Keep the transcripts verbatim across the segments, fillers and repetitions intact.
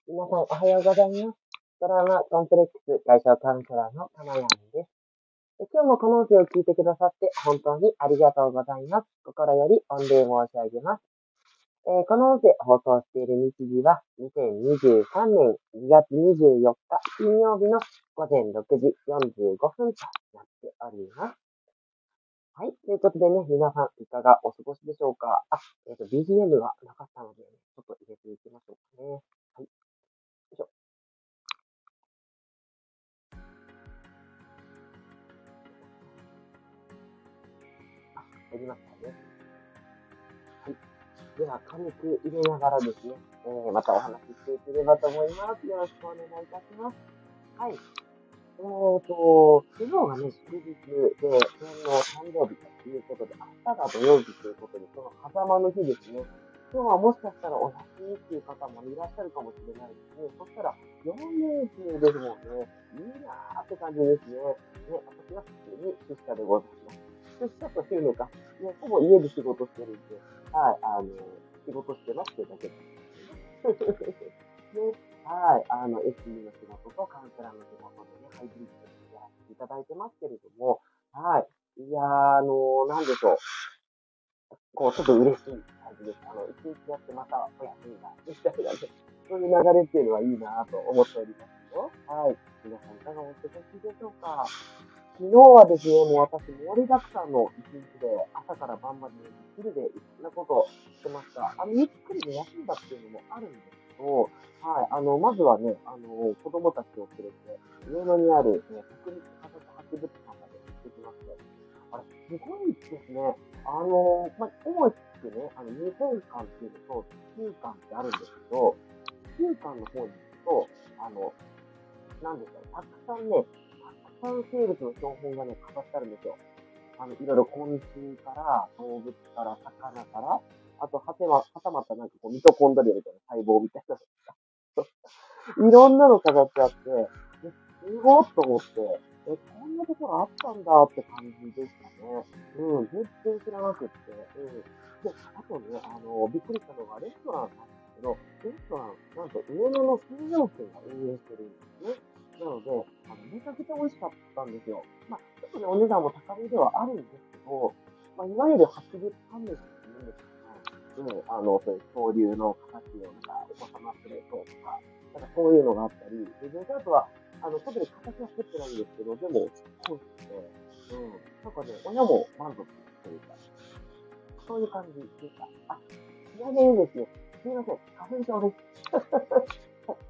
皆さんおはようございます。トラウマコンプレックス解消カウンセラーのたまやんです。え今日もこの音声を聞いてくださって本当にありがとうございます。心より御礼申し上げます。えーこの音声放送している日時はにせんにじゅうさんねんにがつにじゅうよっか金曜日の午前ろくじよんじゅうごふんとなっております。はい。ということでね、皆さんいかがお過ごしでしょうか。あ、えっ、と、ビージーエム がなかったので、ね、ちょっと入れていきましょうかね。はい。よいしょ。あ、入りましたね。はい。では、軽く入れながらですね、えー、またお話ししていければと思います。よろしくお願いいたします。はい。えーと、昨日がね、祝日で、天皇誕生日ということで、明日が土曜日ということで、その狭間の日ですね。今日はもしかしたらお休みっていう方もいらっしゃるかもしれないですね。そしたら、よん連休ですもんね。いいなーって感じですね。ね、私は普通に出社でございます。出社というのか、ね、ほぼ家で仕事してるんで、はい、あの、仕事してますってだけなんですね。ね、はい、あの、エスイー の仕事とカウンセラーの仕事でね、ハイブリッドでやらせていただいてますけれども、はい。いやー、あのーなんでしょう。こう、ちょっと嬉しい感じです。あの、一日やってまたお休みだ、みたいなね、そういう流れっていうのはいいなと思っておりますよ。はい。皆さんいかがお過ごしでしょうか。昨日はですね、もう私、盛りだくさんの一日で、朝から晩までね、昼でいろんなことをしてました。あの、ゆっくりね、休んだっていうのもあるんですけど、はい、あの、まずはね、あの、子供たちを連れて、上野にある、ね、国立科学博物館まで行ってきまして、あれ、すごいですね。あの、まあ、大きくね、あの、日本館っていうのと、地球館ってあるんですけど、地球館の方に行くと、あの、なんですかね、たくさんね、たくさん生物の標本がね、飾ってあるんですよ。あの、いろいろ昆虫から、動物から、魚から、あと、はてま、はたまたなんかこう、ミトコンドリアみたいな細胞みたいな、いろんなの飾ってあって、えすごーっと思って、え、こんなところあったんだって感じでしたね。うん、全然知らなくって。うん。で、あとね、あの、びっくりしたのがレストランなんですけど、レストラン、なんと上野の水上店が運営してるんですね。なので、あの、めちゃくちゃ美味しかったんですよ。まあ、ちょっとね、お値段も高めではあるんですけど、まあ、いわゆる博物館飯っていうんですかね。うん、あの、そういう恐竜の形をなんか、お子様プレートとか、なんかそういうのがあったり、で、デザートは、あの、特に形は作ってないんですけど、でも、すっごい好きで、うん。なんかね、親も満足というか、そういう感じでした。あ、ちなみにですね、すみません、花粉症です。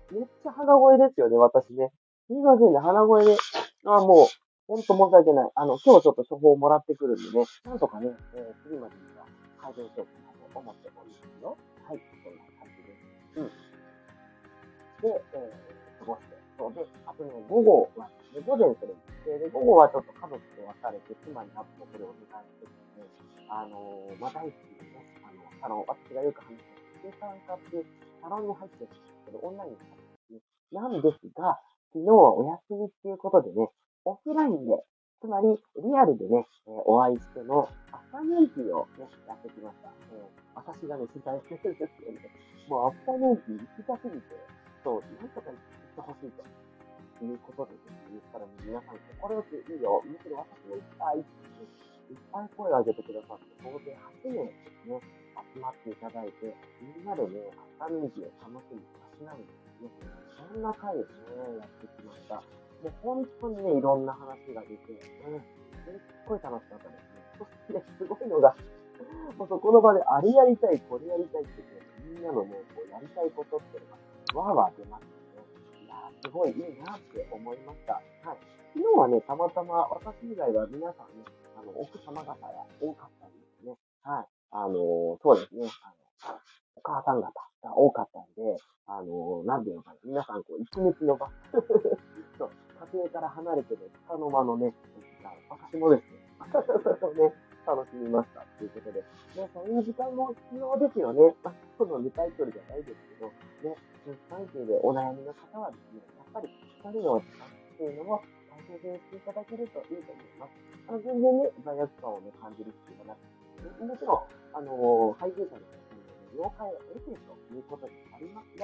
めっちゃ鼻声ですよね、私ね。すみませんね、鼻声で。あ、もう、ほんと申し訳ない。あの、今日ちょっと処方をもらってくるんでね、なんとかね、えー、次までには改善しようかなと思っておりますよ。はい、そんな感じです。うん。で、えー、過ごして。そうで、あとね、午後は、ね、午前するんですで、で午後はちょっと家族と別れて、妻にアップをこれをお願いしてですね、あのー、まあ、大好きなね、あの、サロン、私がよく話してる、生産化っていうサロンに入ってるんですけど、オンラインのサロンですね。なんですが、昨日はお休みっていうことでね、オフラインで、つまりリアルでね、えーお会いしてのアフタヌーンティーをね、やってきました。えー私がね、主催してるんですよね。もうアフタヌーンティー行きたすぎて、そう、なんとか言ってほしいということでですね、言ったら皆さん、心よくいいよ、むしろ私も行きたいっていっぱい声を上げてくださって、総勢はちめいですね、集まっていただいて、みんなでね、アフタヌーンティーを楽しみ、たしなむんですね。そんな会をね、やってきました。もう本当にね、いろんな話が出て、うん、すっごい楽しかったですね。そしてね、すごいのが、もうそこの場であれやりたい、これやりたいってね、みんなのね、こうやりたいことっていうのが、わーわー出ましたね。いやー、すごいいいなって思いました。はい。昨日はね、たまたま私以外は皆さんね、あの、奥様方が多かったんですね。はい。あのーそうですね。あの、お母さん方が多かったんで、あのーなんていうのかな。皆さん、こう、息抜きの場。そう、家庭から離れてる束の間のね、時間。私もですね、ね、楽しみました。ということで。ね、そういう時間も必要ですよね。まあ、その見たい距離じゃないですけど、ね、関係でお悩みの方はですね、やっぱり二人の時間っていうのも大切にしていただけるといいと思います。あの全然ね、罪悪感をね、感じる必要はなくて、もちろん、あのー配偶者の方にもね、了解を得てということになりますが、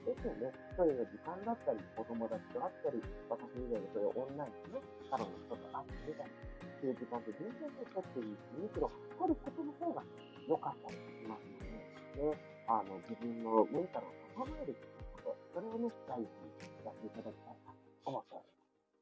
ですよね、一人の時間だったり、お友達と会ったり、私以外のそういうオンラインでね、サロンの人と会ってみたり、そういう時間って全然ね、取っていいし、むしろ取ることの方が良かったりしますので、ね、あの、自分のメンタルを整えること、それをね、大事にやっていただきたいなと思っております。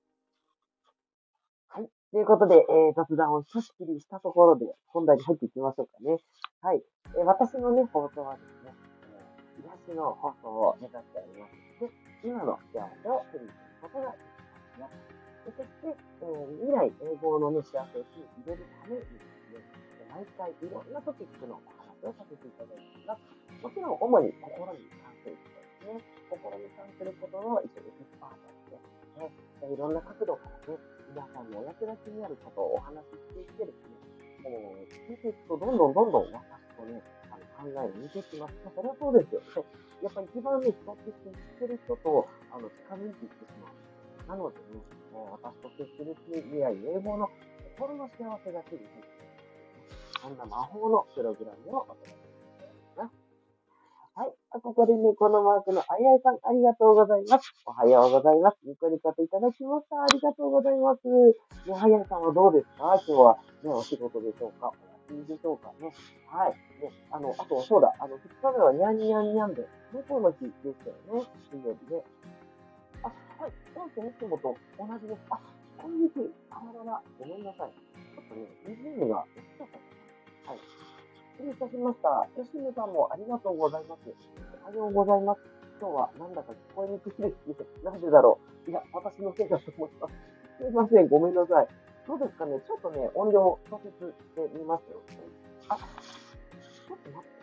はい。ということで、えー、雑談をひとしきりしたところで、本題に入っていきましょうかね。はい。えー、私のね、放送はですね、えー、癒しの放送を目指しておりますので、今の幸せを手にすることができますね。そして、えー、未来永劫のね、幸せを手に入れるためにですね、毎回いろんなトピックのお話をさせていただいています。もちろん、主に心に関することですね。心に関することの一応エキスパートですね。いろんな角度からね、皆さんのお役立ちになることをお話ししていってですね、もう、聞いていくと、どんどんどんどん私とね、あの考えを似てきます。まあ、それはそうですよね。やっぱり一番ね、人って接してる人と、あの、近づいていってしまう。なのでね、もう私と接する未来永劫の心の幸せが手に入っていく、そんな魔法のプログラムをお届けしております。はい。ここでね、このマークのあいあいさん、ありがとうございます。おはようございます。ニコニコといただきました。ありがとうございます。ね、あいあいさんはどうですか？今日はね、お仕事でしょうか？お休みでしょうかね？はい。ね、あの、あと、そうだ、あの、ふつかめはにゃんにゃんにゃんで、猫の日でしたよね。金曜日で。あ、はい。音声いつもと同じです。あ、こんにちは。あららら、ごめんなさい。ちょっとね、ビージーエム が落ちちゃったかな。はい。失礼いたしました。吉野さんもありがとうございます。おはようございます。今日はなんだか聞こえにくいですね。なんでだろう。いや、私のせいだと思います。すいません。ごめんなさい。どうですかね。ちょっとね、音量調節してみますよ。あ、ちょっと待って。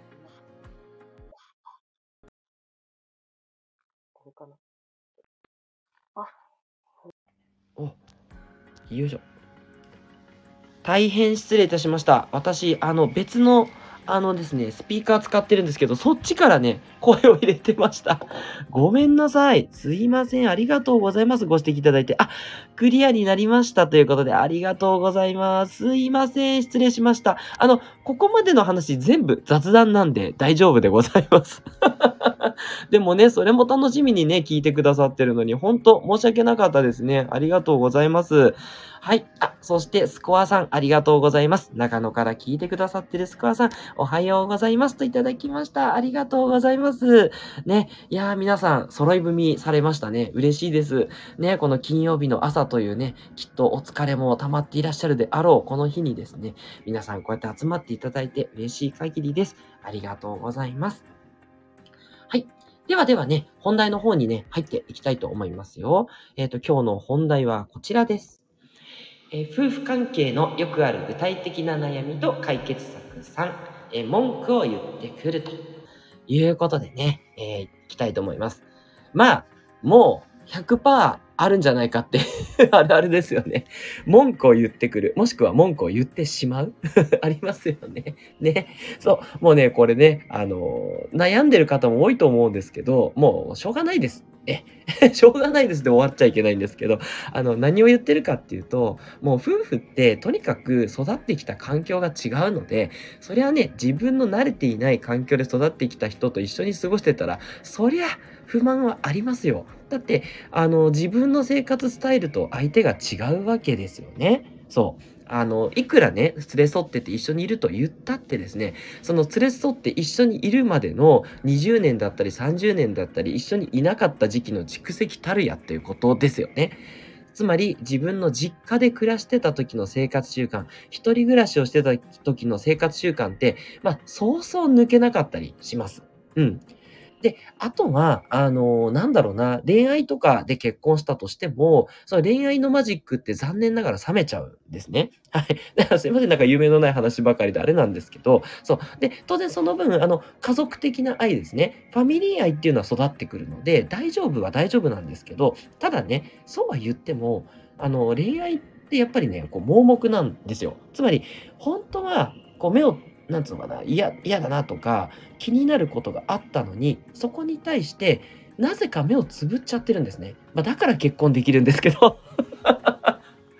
これかな。あ、お、よいしょ。大変失礼いたしました。私、あの、別の、あのですね、スピーカー使ってるんですけど、そっちからね、声を入れてました。ごめんなさい。すいません。ありがとうございます。ご指摘いただいて。あ、クリアになりましたということで、ありがとうございます。すいません。失礼しました。あの、ここまでの話全部雑談なんで大丈夫でございます。でもね、それも楽しみにね、聞いてくださってるのに、本当申し訳なかったですね。ありがとうございます。はい。あ、そしてスコアさん、ありがとうございます。長野から聞いてくださってるスコアさん、おはようございますといただきました。ありがとうございます。ね。いやー、皆さん、揃い踏みされましたね。嬉しいです。ね、この金曜日の朝というね、きっとお疲れも溜まっていらっしゃるであろう、この日にですね、皆さんこうやって集まっていただいて嬉しい限りです。ありがとうございます。はい。ではではね、本題の方にね、入っていきたいと思いますよ。えっと、今日の本題はこちらです。えー、夫婦関係のよくある具体的な悩みと解決策さん、えー、文句を言ってくるということでね、えー、いきたいと思います。まあ、もう ひゃくパーセント あるんじゃないかってあるあるですよね。文句を言ってくる。もしくは文句を言ってしまうありますよね。ね。そう。もうね、これね、あのー、悩んでる方も多いと思うんですけど、もうしょうがないです。え、しょうがないですで終わっちゃいけないんですけど、あの、何を言ってるかっていうと、もう夫婦ってとにかく育ってきた環境が違うので、そりゃね、自分の慣れていない環境で育ってきた人と一緒に過ごしてたら、そりゃ不満はありますよ。だって、あの、自分の生活スタイルと相手が違うわけですよね。そう。あの、いくらね、連れ添ってて一緒にいると言ったってですね、その連れ添って一緒にいるまでのにじゅうねんだったりさんじゅうねんだったり一緒にいなかった時期の蓄積たるやっていうことですよね。つまり自分の実家で暮らしてた時の生活習慣、一人暮らしをしてた時の生活習慣って、まあ、そうそう抜けなかったりします。うん。で、あとは、あの、なんだろうな、恋愛とかで結婚したとしても、その恋愛のマジックって残念ながら冷めちゃうんですね。はい。だからすいません、なんか夢のない話ばかりであれなんですけど、そう。で、当然その分、あの、家族的な愛ですね。ファミリー愛っていうのは育ってくるので、大丈夫は大丈夫なんですけど、ただね、そうは言っても、あの、恋愛ってやっぱりね、こう、盲目なんですよ。つまり、本当は、こう、目を、なんつうのかな、嫌、嫌だなとか、気になることがあったのに、そこに対して、なぜか目をつぶっちゃってるんですね。まあ、だから結婚できるんですけど。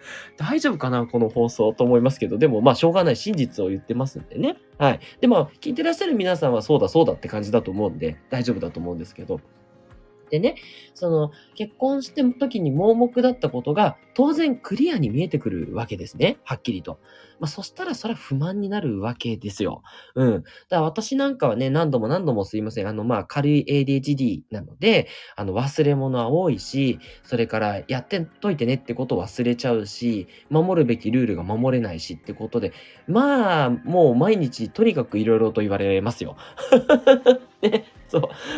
大丈夫かなこの放送と思いますけど、でもまあしょうがない真実を言ってますんでね。はい。で、まあ聞いてらっしゃる皆さんはそうだそうだって感じだと思うんで、大丈夫だと思うんですけど。でね、その結婚してる時に盲目だったことが当然クリアに見えてくるわけですね。はっきりと。まあそしたらそれは不満になるわけですよ。うん。だから私なんかはね、何度も何度もすいません。あのまあ軽い エーディーエイチディー なので、あの忘れ物は多いし、それからやってといてねってことを忘れちゃうし、守るべきルールが守れないしってことで、まあもう毎日とにかくいろいろと言われますよ。ね、そう。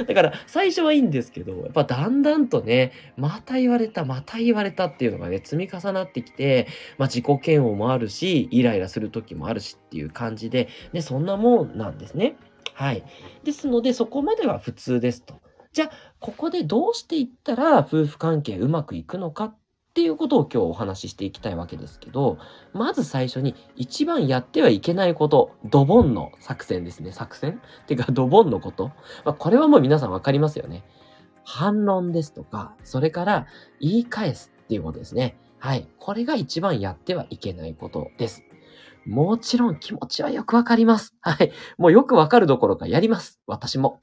だから最初はいいんですけど、やっぱだんだんとね、また言われた、また言われたっていうのがね、積み重なってきて、ま、自己嫌悪もあるし、イライラする時もあるしっていう感じで、ね、そんなもんなんですね。はい。ですので、そこまでは普通ですと。じゃあ、ここでどうしていったら夫婦関係うまくいくのかっていうことを今日お話ししていきたいわけですけど、まず最初に一番やってはいけないこと、ドボンの作戦ですね。作戦っていうか、ドボンのこと。まあ、これはもう皆さんわかりますよね。反論ですとか、それから言い返すっていうことですね。はい。これが一番やってはいけないことです。もちろん気持ちはよくわかります。はい。もうよくわかるどころかやります。私も。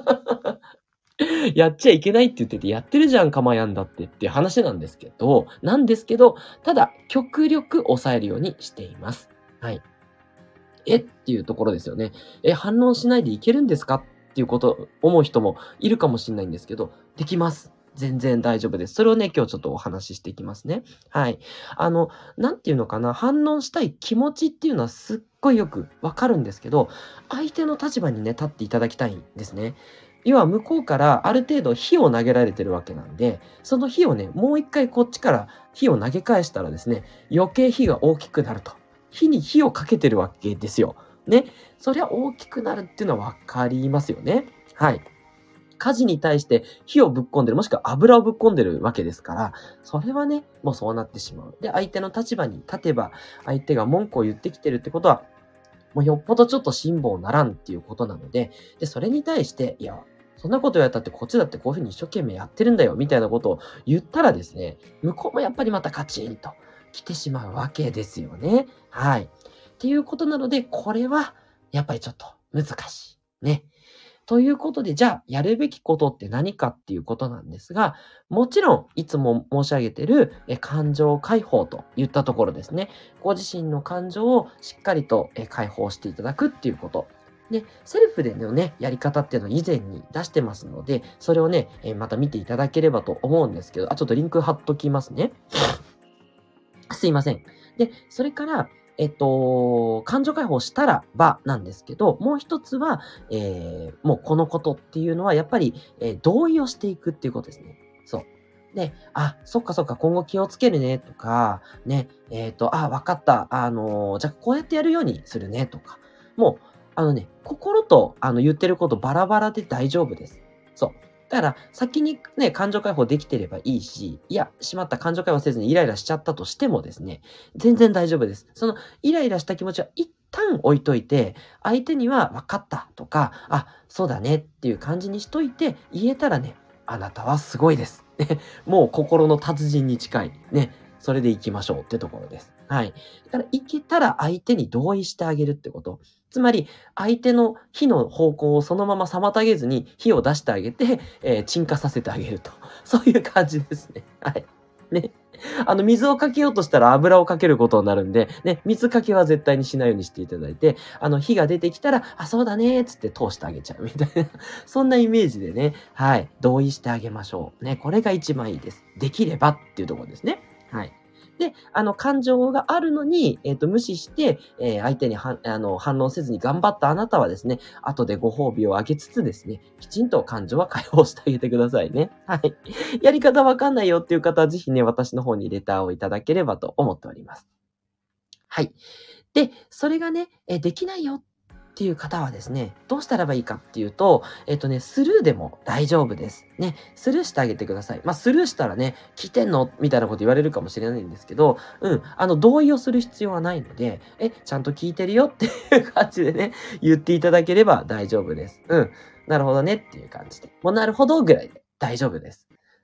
やっちゃいけないって言ってて、やってるじゃん、かまやんだってっていう話なんですけど、なんですけど、ただ、極力抑えるようにしています。はい。えっていうところですよね。え、反論しないでいけるんですかっていうこと、思う人もいるかもしれないんですけど、できます。全然大丈夫です。それをね、今日ちょっとお話ししていきますね。はい。あの、なんていうのかな、反論したい気持ちっていうのはすっごいよくわかるんですけど、相手の立場にね、立っていただきたいんですね。要は向こうからある程度火を投げられてるわけなんで、その火をね、もう一回こっちから火を投げ返したらですね、余計火が大きくなると。火に火をかけてるわけですよ。ね。そりゃ大きくなるっていうのはわかりますよね。はい。火事に対して火をぶっ込んでる、もしくは油をぶっ込んでるわけですから、それはね、もうそうなってしまう。で、相手の立場に立てば、相手が文句を言ってきてるってことは、もうよっぽどちょっと辛抱ならんっていうことなので、で、それに対して、いや、そんなこと言われたってこっちだってこういうふうに一生懸命やってるんだよ、みたいなことを言ったらですね、向こうもやっぱりまたカチンと来てしまうわけですよね。はい。っていうことなので、これは、やっぱりちょっと難しい。ね。ということで、じゃあ、やるべきことって何かっていうことなんですが、もちろん、いつも申し上げているえ感情解放といったところですね。ご自身の感情をしっかりとえ解放していただくっていうこと。で、セルフでのね、やり方っていうのを以前に出してますので、それをね、えまた見ていただければと思うんですけど、あ、ちょっとリンク貼っときますね。すいません。で、それから、えっと、感情解放したらばなんですけど、もう一つは、えー、もうこのことっていうのは、やっぱり、えー、同意をしていくっていうことですね。そう。で、あ、そっかそっか、今後気をつけるね、とか、ね、えっと、あ、わかった、あのーじゃあこうやってやるようにするね、とか。もう、あのね、心と、あの、言ってることバラバラで大丈夫です。そう。だから、先にね、感情解放できてればいいし、いや、しまった感情解放せずにイライラしちゃったとしてもですね、全然大丈夫です。その、イライラした気持ちは一旦置いといて、相手には分かったとか、あ、そうだねっていう感じにしといて、言えたらね、あなたはすごいです。もう心の達人に近い。ね。それで行きましょうってところです。はい。だから、行けたら相手に同意してあげるってこと。つまり、相手の火の方向をそのまま妨げずに火を出してあげて、えー鎮火させてあげると。そういう感じですね。はい。ね。あの、水をかけようとしたら油をかけることになるんで、ね、水かけは絶対にしないようにしていただいて、あの、火が出てきたら、あ、そうだねーつって通してあげちゃうみたいな、そんなイメージでね、はい、同意してあげましょう。ね、これが一番いいです。できればっていうところですね。はい。で、あの、感情があるのに、えっと、無視して、えー相手にはあの反応せずに頑張ったあなたはですね、後でご褒美をあげつつですね、きちんと感情は解放してあげてくださいね。はい。やり方わかんないよっていう方は、ぜひね、私の方にレターをいただければと思っております。はい。で、それがね、え、できないよっていう方はですね、どうしたらばいいかっていうと、えっとね、スルーでも大丈夫です。ね、スルーしてあげてください。まあ、スルーしたらね、聞いてんのみたいなこと言われるかもしれないんですけど、うん、あの、同意をする必要はないので、え、ちゃんと聞いてるよっていう感じでね、言っていただければ大丈夫です。うん、なるほどねっていう感じで。もうなるほどぐらいで大丈夫です。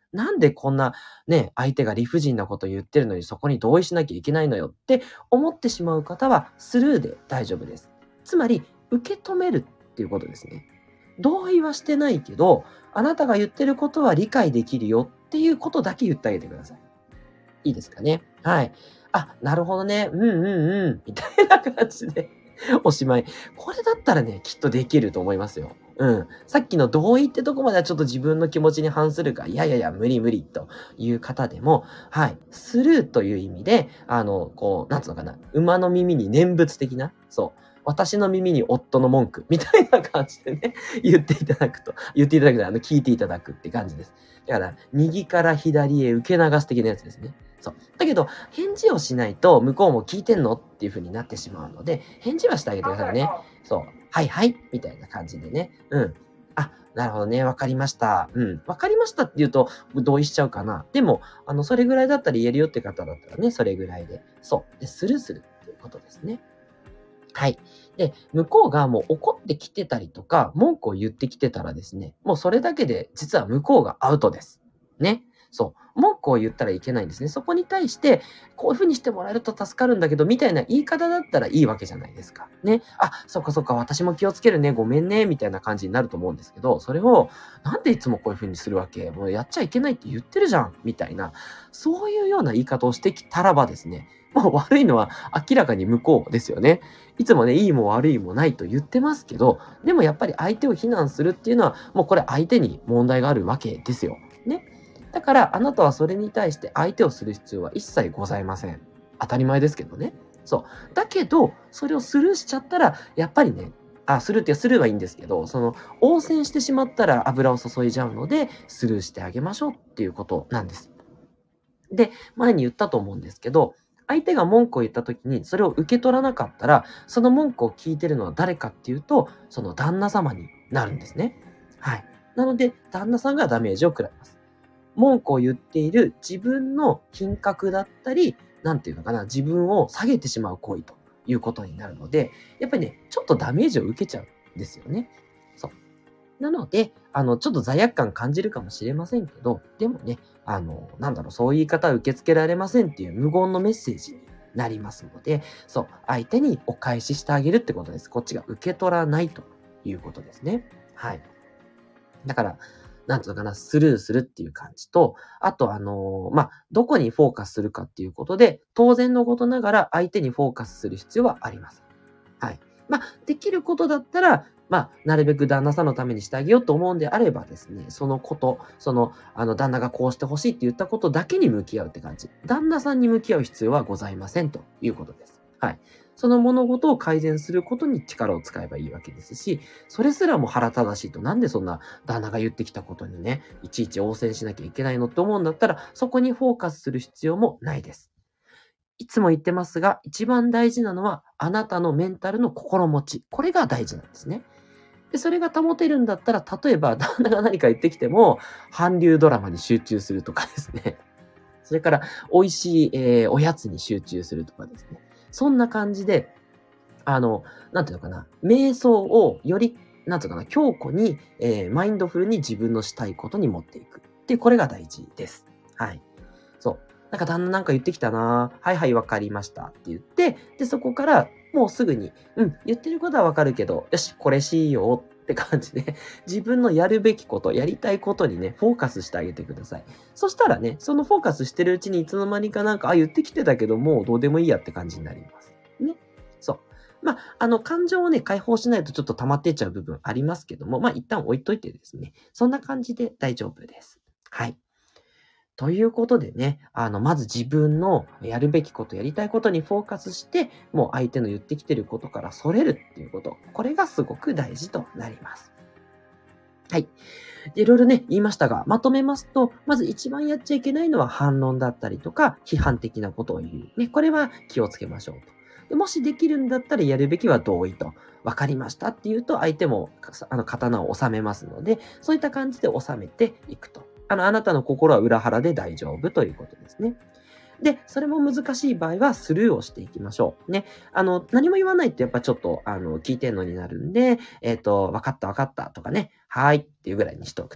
なんでこんなね、相手が理不尽なこと言ってるのにそこに同意しなきゃいけないのよって思ってしまう方はスルーで大丈夫です。つまり、受け止めるっていうことですね。同意はしてないけど、あなたが言ってることは理解できるよっていうことだけ言ってあげてください。いいですかね。はい。あ、なるほどね。うんうんうん。みたいな感じでおしまい。これだったらね、きっとできると思いますよ。うん。さっきの同意ってとこまではちょっと自分の気持ちに反するか、いやいやいや、無理無理という方でも、はい。スルーという意味で、あの、こう、なんつうのかな。馬の耳に念仏的な、そう。私の耳に夫の文句みたいな感じでね、言っていただくと、言っていただくと、あの、聞いていただくって感じです。だから、右から左へ受け流す的なやつですね。そう。だけど、返事をしないと、向こうも聞いてんのっていう風になってしまうので、返事はしてあげてくださいね。そう。はいはい、みたいな感じでね。うん。あ、なるほどね。わかりました。うん。わかりましたって言うと、同意しちゃうかな。でも、あの、それぐらいだったら言えるよって方だったらね、それぐらいで。そう。で、スルーするっていうことですね。はい。で、向こうがもう怒ってきてたりとか、文句を言ってきてたらですね、もうそれだけで実は向こうがアウトです。ね。そう。文句を言ったらいけないんですね。そこに対して、こういう風にしてもらえると助かるんだけど、みたいな言い方だったらいいわけじゃないですか。ね。あ、そっかそっか、私も気をつけるね、ごめんね、みたいな感じになると思うんですけど、それを、なんでいつもこういう風にするわけ？もうやっちゃいけないって言ってるじゃん、みたいな、そういうような言い方をしてきたらばですね、もう悪いのは明らかに向こうですよね。いつもね、いいも悪いもないと言ってますけど、でもやっぱり相手を非難するっていうのは、もうこれ相手に問題があるわけですよ。ね。だから、あなたはそれに対して相手をする必要は一切ございません。当たり前ですけどね。そう。だけど、それをスルーしちゃったら、やっぱりね、あ、スルーってスルーはいいんですけど、その、応戦してしまったら油を注いじゃうので、スルーしてあげましょうっていうことなんです。で、前に言ったと思うんですけど、相手が文句を言った時にそれを受け取らなかったら、その文句を聞いてるのは誰かっていうと、その旦那様になるんですね。はい。なので、旦那さんがダメージを食らいます。文句を言っている自分の品格だったり、なんていうのかな、自分を下げてしまう行為ということになるので、やっぱりね、ちょっとダメージを受けちゃうんですよね。そう。なので、あの、ちょっと罪悪感感じるかもしれませんけど、でもね、あの、なんだろう、そういう言い方は受け付けられませんっていう無言のメッセージになりますので、そう、相手にお返ししてあげるってことです。こっちが受け取らないということですね。はい。だから、なんていうのかな、スルーするっていう感じと、あとあの、まあ、どこにフォーカスするかっていうことで、当然のことながら相手にフォーカスする必要はあります。はい。まあ、できることだったら、まあ、なるべく旦那さんのためにしてあげようと思うんであればですね、そのこと、その、あの、旦那がこうしてほしいって言ったことだけに向き合うって感じ。旦那さんに向き合う必要はございませんということです。はい。その物事を改善することに力を使えばいいわけですし、それすらも腹正しいと、なんでそんな旦那が言ってきたことにね、いちいち応戦しなきゃいけないのって思うんだったら、そこにフォーカスする必要もないです。いつも言ってますが、一番大事なのは、あなたのメンタルの心持ち。これが大事なんですね。で、それが保てるんだったら、例えば旦那が何か言ってきても、韓流ドラマに集中するとかですね。それから、美味しい、えーおやつに集中するとかですね。そんな感じで、あの、なんていうのかな、瞑想をより、なんていうのかな、強固に、えーマインドフルに自分のしたいことに持っていく。で、これが大事です。はい。そう。なんか旦那なんか言ってきたな。はいはい、わかりましたって言って、で、そこからもうすぐに、うん、言ってることはわかるけど、よし、これしようって感じで、自分のやるべきこと、やりたいことにね、フォーカスしてあげてください。そしたらね、そのフォーカスしてるうちにいつの間にかなんか、あ、言ってきてたけど、もうどうでもいいやって感じになります。ね。そう。まあ、あの、感情をね、解放しないとちょっと溜まってっちゃう部分ありますけども、まあ、一旦置いといてですね、そんな感じで大丈夫です。はい。ということでね、あの、まず自分のやるべきこと、やりたいことにフォーカスして、もう相手の言ってきてることからそれるっていうこと。これがすごく大事となります。はい。で、いろいろね、言いましたが、まとめますと、まず一番やっちゃいけないのは反論だったりとか、批判的なことを言う。ね、これは気をつけましょうと。でもしできるんだったらやるべきは同意と。わかりましたって言うと、相手もあの刀を収めますので、そういった感じで収めていくと。あの、あなたの心は裏腹で大丈夫ということですね。で、それも難しい場合はスルーをしていきましょう。ね。あの、何も言わないとやっぱちょっと、あの、聞いてんのになるんで、えっと、わかったわかったとかね、はーいっていうぐらいにしておくと。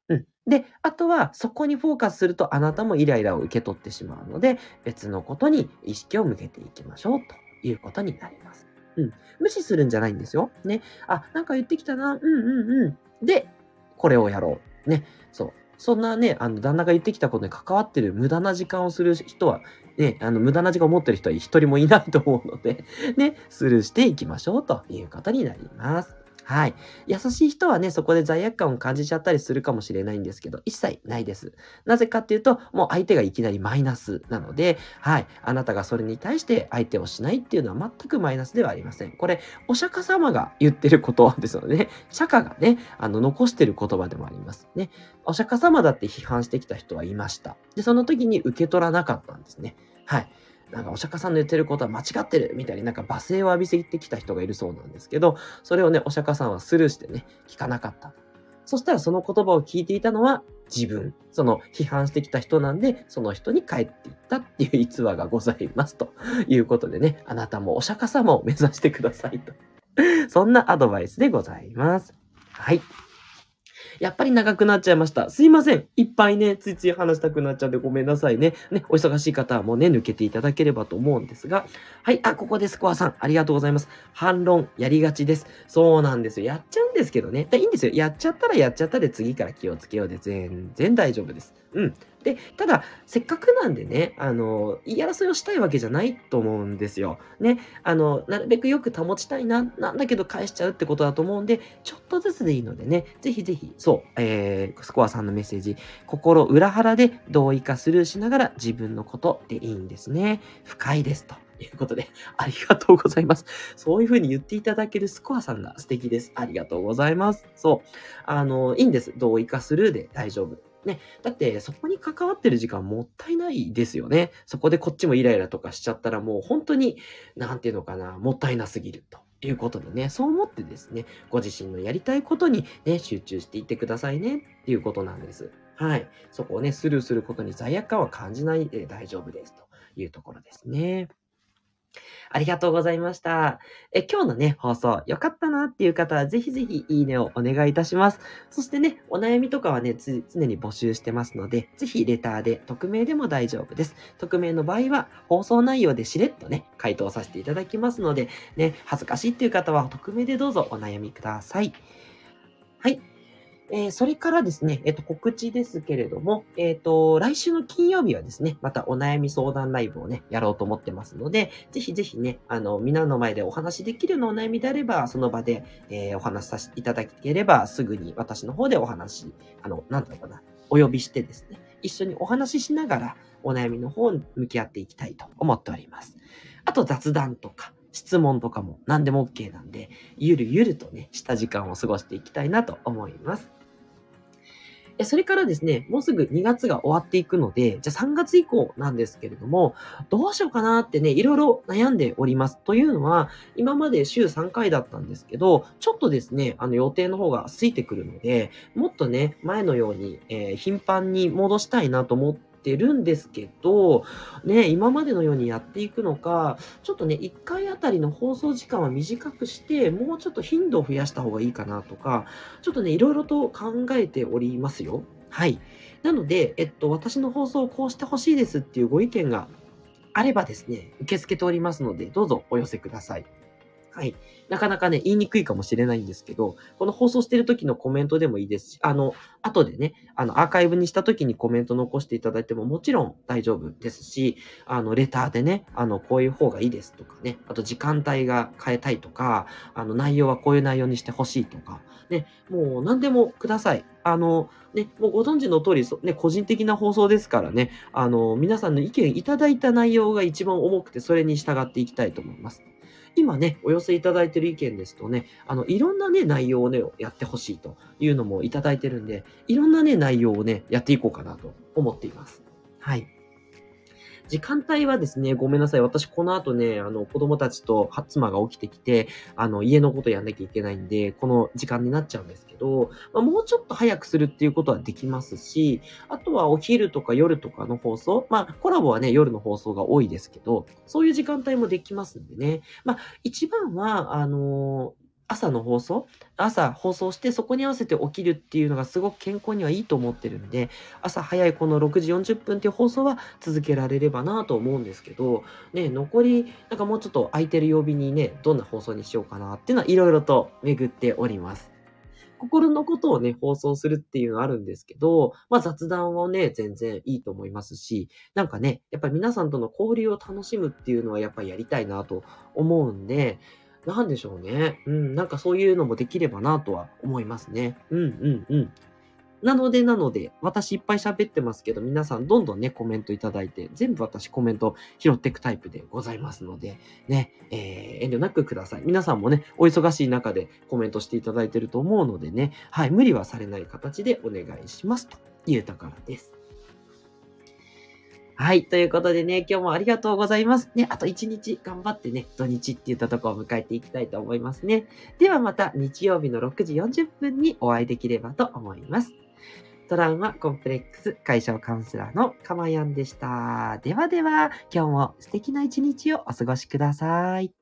うん。で、あとはそこにフォーカスするとあなたもイライラを受け取ってしまうので、別のことに意識を向けていきましょうということになります。うん。無視するんじゃないんですよ。ね。あ、なんか言ってきたな。うんうんうん。で、これをやろう。ね。そう。そんなね、あの、旦那が言ってきたことに関わってる無駄な時間をする人は、ね、あの、無駄な時間を持ってる人は一人もいないと思うので、ね、スルーしていきましょうということになります。はい。優しい人はね、そこで罪悪感を感じちゃったりするかもしれないんですけど、一切ないです。なぜかっていうと、もう相手がいきなりマイナスなので、はい。あなたがそれに対して相手をしないっていうのは全くマイナスではありません。これ、お釈迦様が言ってることですのでね、釈迦がね、あの、残してる言葉でもありますね。お釈迦様だって批判してきた人はいました。で、その時に受け取らなかったんですね。はい。なんかお釈迦さんの言ってることは間違ってるみたいになんか罵声を浴びせてきた人がいるそうなんですけど、それをね、お釈迦さんはスルーしてね、聞かなかった。そしたらその言葉を聞いていたのは自分。その批判してきた人なんで、その人に帰っていったっていう逸話がございますということでね、あなたもお釈迦様を目指してくださいと。そんなアドバイスでございます。はい。やっぱり長くなっちゃいました。すいません。いっぱいね、ついつい話したくなっちゃうんでごめんなさいね。ね、お忙しい方はもうね、抜けていただければと思うんですが。はい、あ、ここでスコアさん。ありがとうございます。反論、やりがちです。そうなんですよ。やっちゃうんですけどね。いいんですよ。やっちゃったらやっちゃったで次から気をつけようで全然大丈夫です。うん。で、ただ、せっかくなんでね、あの、言い争いをしたいわけじゃないと思うんですよ。ね、あの、なるべくよく保ちたいな、なんだけど返しちゃうってことだと思うんで、ちょっとずつでいいのでね、ぜひぜひ、そう、えー、スコアさんのメッセージ、心裏腹で同意化スルーしながら自分のことでいいんですね。深いですと。いうことで、ありがとうございます。そういう風に言っていただけるスコアさんが素敵です。ありがとうございます。そう。あの、いいんです。同意化スルーで大丈夫。ね。だって、そこに関わってる時間もったいないですよね。そこでこっちもイライラとかしちゃったらもう本当に、なんていうのかな、もったいなすぎるということでね、そう思ってですね、ご自身のやりたいことにね、集中していってくださいねっていうことなんです。はい。そこをね、スルーすることに罪悪感は感じないで大丈夫ですというところですね。ありがとうございました。え、今日のね、放送良かったなっていう方は、ぜひぜひいいねをお願いいたします。そしてね、お悩みとかはね、つ常に募集してますので、ぜひレターで、匿名でも大丈夫です。匿名の場合は、放送内容でしれっとね、回答させていただきますので、ね、恥ずかしいっていう方は、匿名でどうぞお悩みください。はい。えーそれからですね、えっと、告知ですけれども、えっと、来週の金曜日はですね、またお悩み相談ライブをね、やろうと思ってますので、ぜひぜひね、あの、皆の前でお話しできるようなお悩みであれば、その場で、えーお話しさせていただければ、すぐに私の方でお話、あの、なんだろうかな、お呼びしてですね、一緒にお話ししながら、お悩みの方に向き合っていきたいと思っております。あと雑談とか、質問とかも何でも OK なんで、ゆるゆるとね、した時間を過ごしていきたいなと思います。え、それからですね、もうすぐにがつが終わっていくので、じゃあさんがつ以降なんですけれども、どうしようかなってね、いろいろ悩んでおります。というのは、今まで週さんかいだったんですけど、ちょっとですね、あの予定の方が空いてくるので、もっとね、前のように、えー頻繁に戻したいなと思ってるんですけど、ね、今までのようにやっていくのか、ちょっとね、いっかいあたりの放送時間は短くして、もうちょっと頻度を増やした方がいいかなとか、ちょっとね、いろいろと考えておりますよ。はい。なので、えっと、私の放送をこうしてほしいですっていうご意見があればですね、受け付けておりますので、どうぞお寄せください。はい。なかなかね、言いにくいかもしれないんですけど、この放送してる時のコメントでもいいですし、あの、後でね、あの、アーカイブにした時にコメント残していただいてももちろん大丈夫ですし、あの、レターでね、あの、こういう方がいいですとかね、あと時間帯が変えたいとか、あの、内容はこういう内容にしてほしいとか、ね、もう何でもください。あの、ね、もうご存知の通り、そね、個人的な放送ですからね、あの、皆さんの意見いただいた内容が一番重くて、それに従っていきたいと思います。今ね、お寄せいただいている意見ですとね、あの、いろんなね、内容をね、やってほしいというのもいただいてるんで、いろんなね、内容をね、やっていこうかなと思っています。はい。時間帯はですね、ごめんなさい。私この後ね、あの、子供たちとは妻が起きてきて、あの、家のことやんなきゃいけないんで、この時間になっちゃうんですけど、まあ、もうちょっと早くするっていうことはできますし、あとはお昼とか夜とかの放送、まあ、コラボはね、夜の放送が多いですけど、そういう時間帯もできますんでね。まあ、一番は、あの朝の放送朝放送して、そこに合わせて起きるっていうのがすごく健康にはいいと思ってるんで、朝早いこのろくじよんじゅっぷんっていう放送は続けられればなと思うんですけど、ね、残り、なんかもうちょっと空いてる曜日にね、どんな放送にしようかなっていうのは色々と巡っております。心のことをね、放送するっていうのはあるんですけど、ま、雑談をね、全然いいと思いますし、なんかね、やっぱり皆さんとの交流を楽しむっていうのはやっぱりやりたいなと思うんで、なんでしょうね。うん、なんかそういうのもできればなとは思いますね。うんうんうん。なのでなので、私いっぱい喋ってますけど、皆さんどんどんね、コメントいただいて、全部私コメント拾ってくタイプでございますので、ね、えー、遠慮なくください。皆さんもね、お忙しい中でコメントしていただいてると思うのでね、はい、無理はされない形でお願いしますというところです。はい。ということでね、今日もありがとうございます。ね、あといちにち頑張ってね、土日って言ったところを迎えていきたいと思いますね。ではまた日曜日のろくじよんじゅっぷんにお会いできればと思います。トラウマコンプレックス解消カウンセラーのかまやんでした。ではでは、今日も素敵な一日をお過ごしください。